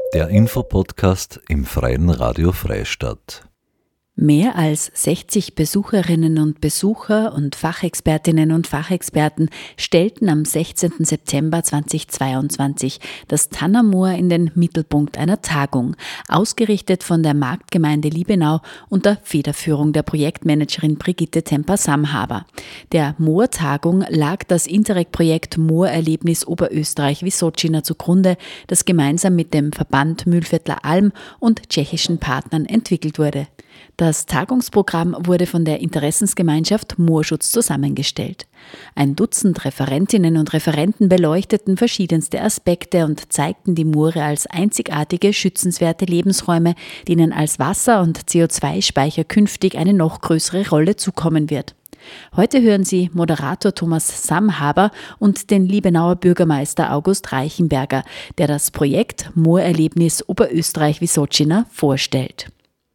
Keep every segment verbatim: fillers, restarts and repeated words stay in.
Der Infopodcast im Freien Radio Freistadt. Mehr als sechzig Besucherinnen und Besucher und Fachexpertinnen und Fachexperten stellten am sechzehnten September zweitausendzweiundzwanzig das Tannermoor in den Mittelpunkt einer Tagung, ausgerichtet von der Marktgemeinde Liebenau unter Federführung der Projektmanagerin Brigitte Temper-Samhaber. Der Moortagung lag das Interreg-Projekt Moorerlebnis Oberösterreich-Wisocina zugrunde, das gemeinsam mit dem Verband Mühlviertler Alm und tschechischen Partnern entwickelt wurde. Das Tagungsprogramm wurde von der Interessensgemeinschaft Moorschutz zusammengestellt. Ein Dutzend Referentinnen und Referenten beleuchteten verschiedenste Aspekte und zeigten die Moore als einzigartige, schützenswerte Lebensräume, denen als Wasser- und C O zwei Speicher künftig eine noch größere Rolle zukommen wird. Heute hören Sie Moderator Thomas Samhaber und den Liebenauer Bürgermeister August Reichenberger, der das Projekt Moorerlebnis Oberösterreich-Wisocina vorstellt.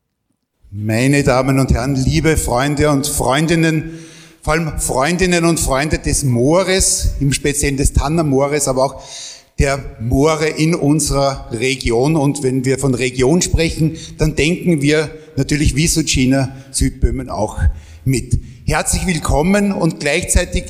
Meine Damen und Herren, liebe Freunde und Freundinnen, vor allem Freundinnen und Freunde des Moores, im Speziellen des Tannermoores, aber auch der Moore in unserer Region. Und wenn wir von Region sprechen, dann denken wir natürlich Wisocina, Südböhmen auch mit. Herzlich willkommen und gleichzeitig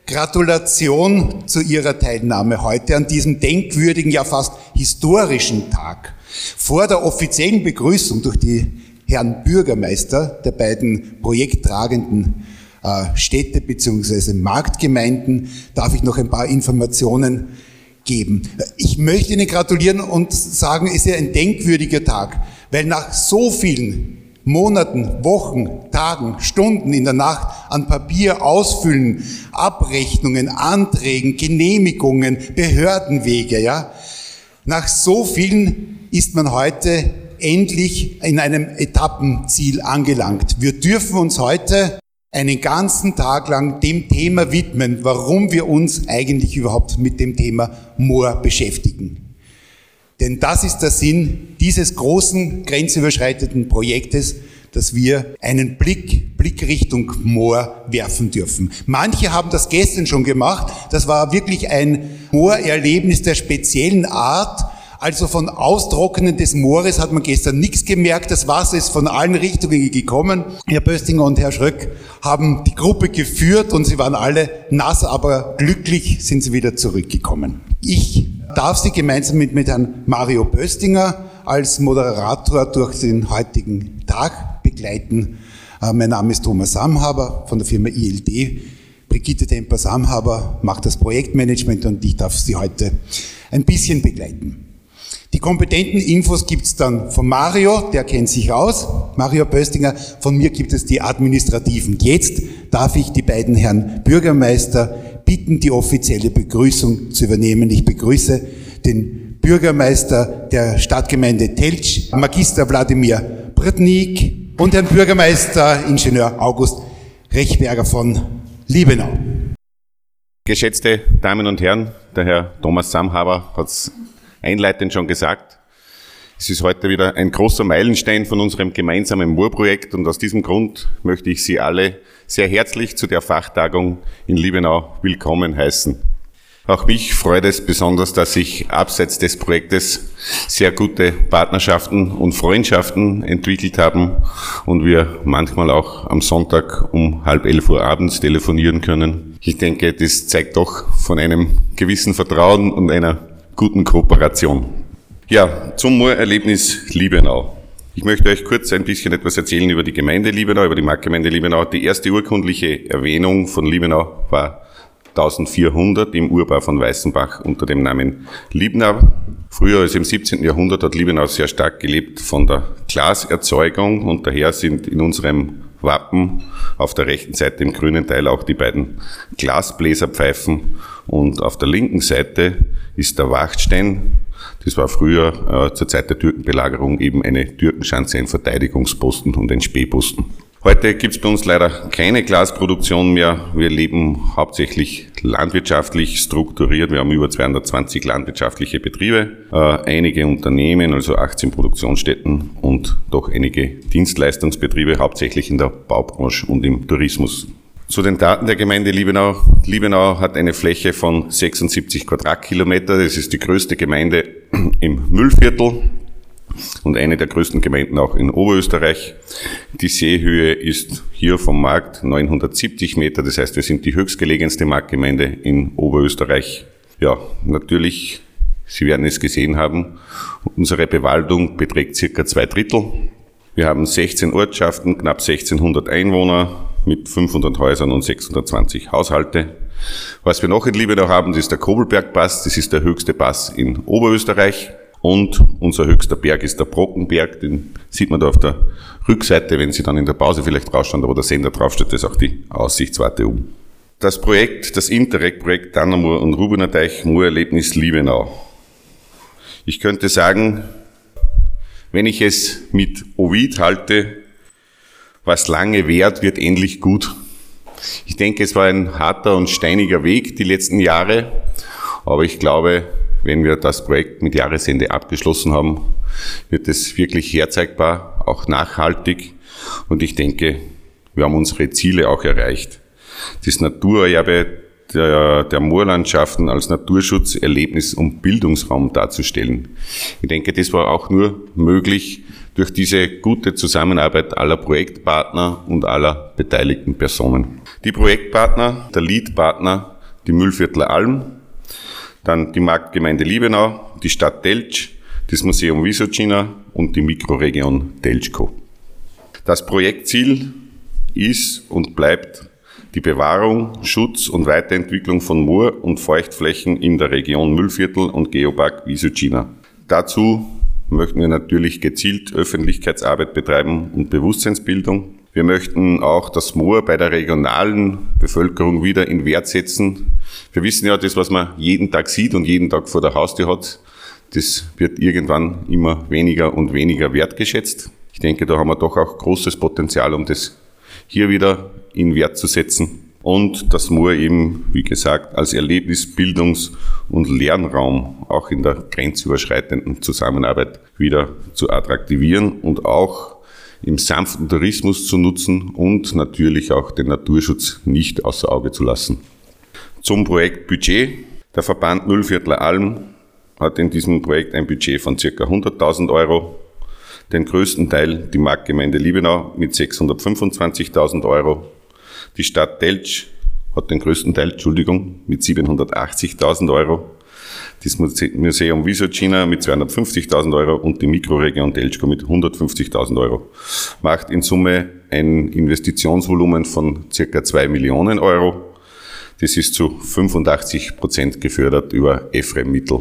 Gratulation zu Ihrer Teilnahme heute an diesem denkwürdigen, ja fast historischen Tag. Vor der offiziellen Begrüßung durch die Herrn Bürgermeister der beiden projekttragenden äh, Städte bzw. Marktgemeinden darf ich noch ein paar Informationen geben. Ich möchte Ihnen gratulieren und sagen, es ist ein denkwürdiger Tag, weil nach so vielen Monaten, Wochen, Tagen, Stunden in der Nacht an Papier ausfüllen, Abrechnungen, Anträgen, Genehmigungen, Behördenwege, ja, nach so vielen ist man heute endlich in einem Etappenziel angelangt. Wir dürfen uns heute einen ganzen Tag lang dem Thema widmen, warum wir uns eigentlich überhaupt mit dem Thema Moor beschäftigen. Denn das ist der Sinn dieses großen, grenzüberschreitenden Projektes, dass wir einen Blick, Blick Richtung Moor werfen dürfen. Manche haben das gestern schon gemacht. Das war wirklich ein Moorerlebnis der speziellen Art. Also von Austrocknen des Moores hat man gestern nichts gemerkt. Das Wasser ist von allen Richtungen gekommen. Herr Böstinger und Herr Schröck haben die Gruppe geführt und sie waren alle nass, aber glücklich sind sie wieder zurückgekommen. Ich darf Sie gemeinsam mit, mit Herrn Mario Böstinger als Moderator durch den heutigen Tag begleiten. Äh, mein Name ist Thomas Samhaber von der Firma I L D. Brigitte Temper-Samhaber macht das Projektmanagement und ich darf Sie heute ein bisschen begleiten. Die kompetenten Infos gibt's dann von Mario, der kennt sich aus, Mario Böstinger. Von mir gibt es die administrativen. Jetzt darf ich die beiden Herren Bürgermeister bitten, die offizielle Begrüßung zu übernehmen. Ich begrüße den Bürgermeister der Stadtgemeinde Teltsch, Magister Wladimir Brdnik, und Herrn Bürgermeister Ingenieur August Rechberger von Liebenau. Geschätzte Damen und Herren, der Herr Thomas Samhaber hat's einleitend schon gesagt. Es ist heute wieder ein großer Meilenstein von unserem gemeinsamen Moorprojekt und aus diesem Grund möchte ich Sie alle sehr herzlich zu der Fachtagung in Liebenau willkommen heißen. Auch mich freut es besonders, dass sich abseits des Projektes sehr gute Partnerschaften und Freundschaften entwickelt haben und wir manchmal auch am Sonntag um halb elf Uhr abends telefonieren können. Ich denke, das zeigt doch von einem gewissen Vertrauen und einer guten Kooperation. Ja, zum Moorerlebnis Liebenau. Ich möchte euch kurz ein bisschen etwas erzählen über die Gemeinde Liebenau, über die Marktgemeinde Liebenau. Die erste urkundliche Erwähnung von Liebenau war eintausendvierhundert im Urbau von Weißenbach unter dem Namen Liebenau. Früher als im siebzehnten Jahrhundert hat Liebenau sehr stark gelebt von der Glaserzeugung und daher sind in unserem Wappen auf der rechten Seite im grünen Teil auch die beiden Glasbläserpfeifen und auf der linken Seite ist der Wachtstein. Das war früher äh, zur Zeit der Türkenbelagerung eben eine Türkenschanze, ein Verteidigungsposten und ein Spähposten. Heute gibt es bei uns leider keine Glasproduktion mehr. Wir leben hauptsächlich landwirtschaftlich strukturiert. Wir haben über zweihundertzwanzig landwirtschaftliche Betriebe, äh, einige Unternehmen, also achtzehn Produktionsstätten und doch einige Dienstleistungsbetriebe, hauptsächlich in der Baubranche und im Tourismus. Zu den Daten der Gemeinde Liebenau. Liebenau hat eine Fläche von sechsundsiebzig Quadratkilometer. Das ist die größte Gemeinde im Müllviertel und eine der größten Gemeinden auch in Oberösterreich. Die Seehöhe ist hier vom Markt neunhundertsiebzig Meter. Das heißt, wir sind die höchstgelegenste Marktgemeinde in Oberösterreich. Ja, natürlich, Sie werden es gesehen haben, unsere Bewaldung beträgt circa zwei Drittel. Wir haben sechzehn Ortschaften, knapp sechzehnhundert Einwohner mit fünfhundert Häusern und sechshundertzwanzig Haushalte. Was wir noch in Liebenau haben, das ist der Kobelbergpass. Das ist der höchste Pass in Oberösterreich. Und unser höchster Berg ist der Brockenberg. Den sieht man da auf der Rückseite, wenn Sie dann in der Pause vielleicht rausschauen, wo der Sender draufsteht, das ist auch die Aussichtswarte um. Das Projekt, das Interreg-Projekt Tannamur und Rubenerteich Moorerlebnis Liebenau. Ich könnte sagen, wenn ich es mit Ovid halte, was lange währt, wird endlich gut. Ich denke, es war ein harter und steiniger Weg die letzten Jahre, aber ich glaube, wenn wir das Projekt mit Jahresende abgeschlossen haben, wird es wirklich herzeigbar, auch nachhaltig, und ich denke, wir haben unsere Ziele auch erreicht. Das Naturerbe der, der Moorlandschaften als Naturschutz, Erlebnis- und Bildungsraum darzustellen. Ich denke, das war auch nur möglich durch diese gute Zusammenarbeit aller Projektpartner und aller beteiligten Personen. Die Projektpartner, der Leadpartner, die Müllviertler Alm, dann die Marktgemeinde Liebenau, die Stadt Teltsch, das Museum Vysočina und die Mikroregion Telčko. Das Projektziel ist und bleibt die Bewahrung, Schutz und Weiterentwicklung von Moor- und Feuchtflächen in der Region Müllviertel und Geopark Vysočina. Dazu möchten wir natürlich gezielt Öffentlichkeitsarbeit betreiben und Bewusstseinsbildung. Wir möchten auch das Moor bei der regionalen Bevölkerung wieder in Wert setzen. Wir wissen ja, das, was man jeden Tag sieht und jeden Tag vor der Haustür hat, das wird irgendwann immer weniger und weniger wertgeschätzt. Ich denke, da haben wir doch auch großes Potenzial, um das hier wieder in Wert zu setzen. Und das Moor eben, wie gesagt, als Erlebnis-, Bildungs- und Lernraum auch in der grenzüberschreitenden Zusammenarbeit wieder zu attraktivieren und auch im sanften Tourismus zu nutzen und natürlich auch den Naturschutz nicht außer Auge zu lassen. Zum Projekt Budget. Der Verband Müllviertler Alm hat in diesem Projekt ein Budget von ca. hunderttausend Euro. Den größten Teil die Marktgemeinde Liebenau mit sechshundertfünfundzwanzigtausend Euro. Die Stadt Teltsch hat den größten Teil, Entschuldigung, mit siebenhundertachtzigtausend Euro. Das Museum Vysočina mit zweihundertfünfzigtausend Euro und die Mikroregion Telčko mit hundertfünfzigtausend Euro. Macht in Summe ein Investitionsvolumen von circa zwei Millionen Euro. Das ist zu fünfundachtzig Prozent gefördert über E F R E M-Mittel.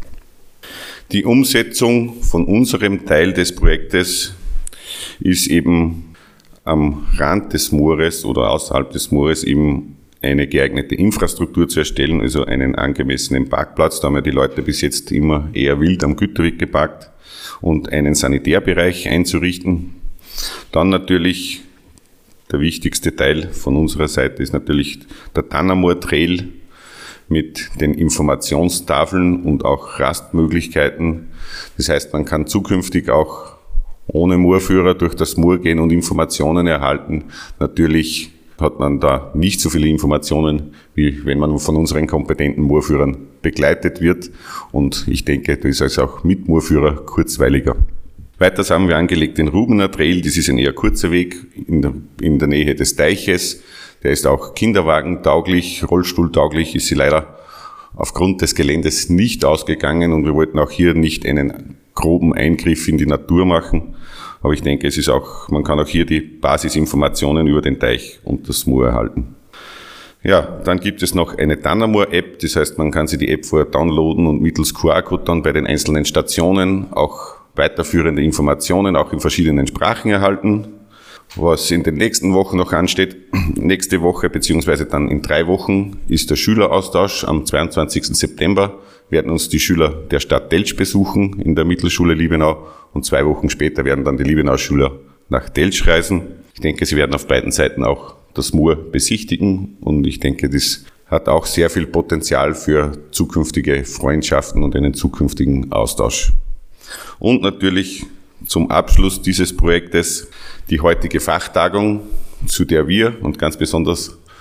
Die Umsetzung von unserem Teil des Projektes ist eben am Rand des Moores oder außerhalb des Moores eben eine geeignete Infrastruktur zu erstellen, also einen angemessenen Parkplatz. Da haben ja die Leute bis jetzt immer eher wild am Güterweg geparkt, und einen Sanitärbereich einzurichten. Dann natürlich der wichtigste Teil von unserer Seite ist natürlich der Tannamur Trail mit den Informationstafeln und auch Rastmöglichkeiten. Das heißt, man kann zukünftig auch ohne Moorführer durch das Moor gehen und Informationen erhalten. Natürlich hat man da nicht so viele Informationen, wie wenn man von unseren kompetenten Moorführern begleitet wird. Und ich denke, das ist also auch mit Moorführer kurzweiliger. Weiters haben wir angelegt den Rubener Trail. Das ist ein eher kurzer Weg in der, in der Nähe des Teiches. Der ist auch kinderwagentauglich, rollstuhltauglich, ist sie leider aufgrund des Geländes nicht ausgegangen, und wir wollten auch hier nicht einen groben Eingriff in die Natur machen. Aber ich denke, es ist auch, man kann auch hier die Basisinformationen über den Teich und das Moor erhalten. Ja, dann gibt es noch eine Tannamur-App, das heißt, man kann sich die App vorher downloaden und mittels Q R-Code dann bei den einzelnen Stationen auch weiterführende Informationen, auch in verschiedenen Sprachen erhalten. Was in den nächsten Wochen noch ansteht, nächste Woche beziehungsweise dann in drei Wochen ist der Schüleraustausch. Am zweiundzwanzigsten September werden uns die Schüler der Stadt Teltsch besuchen in der Mittelschule Liebenau, und zwei Wochen später werden dann die Liebenau-Schüler nach Teltsch reisen. Ich denke, sie werden auf beiden Seiten auch das Moor besichtigen, und ich denke, das hat auch sehr viel Potenzial für zukünftige Freundschaften und einen zukünftigen Austausch. Und natürlich zum Abschluss dieses Projektes die heutige Fachtagung, zu der wir und ganz besonders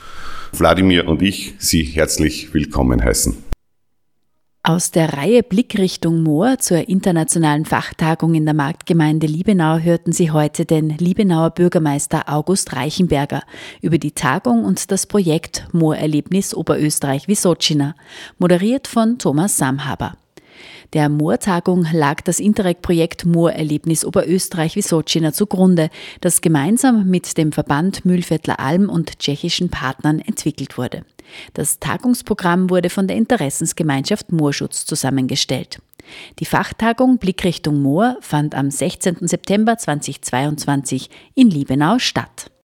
Wladimir und ich Sie herzlich willkommen heißen. Aus der Reihe Blickrichtung Moor zur internationalen Fachtagung in der Marktgemeinde Liebenau hörten Sie heute den Liebenauer Bürgermeister August Reichenberger über die Tagung und das Projekt Moorerlebnis Oberösterreich-Wisocina, moderiert von Thomas Samhaber. Der Moortagung lag das Interreg-Projekt Moorerlebnis Oberösterreich-Wisocina zugrunde, das gemeinsam mit dem Verband Mühlviertler Alm und tschechischen Partnern entwickelt wurde. Das Tagungsprogramm wurde von der Interessensgemeinschaft Moorschutz zusammengestellt. Die Fachtagung Blickrichtung Moor fand am sechzehnten September zweitausendzweiundzwanzig in Liebenau statt.